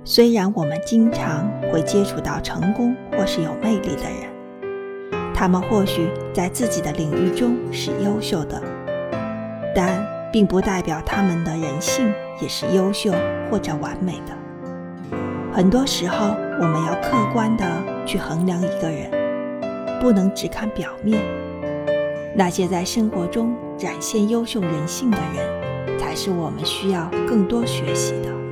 虽然我们经常会接触到成功或是有魅力的人，他们或许在自己的领域中是优秀的，但并不代表他们的人性也是优秀或者完美的。很多时候，我们要客观地去衡量一个人，不能只看表面。那些在生活中展现优秀人性的人，才是我们需要更多学习的。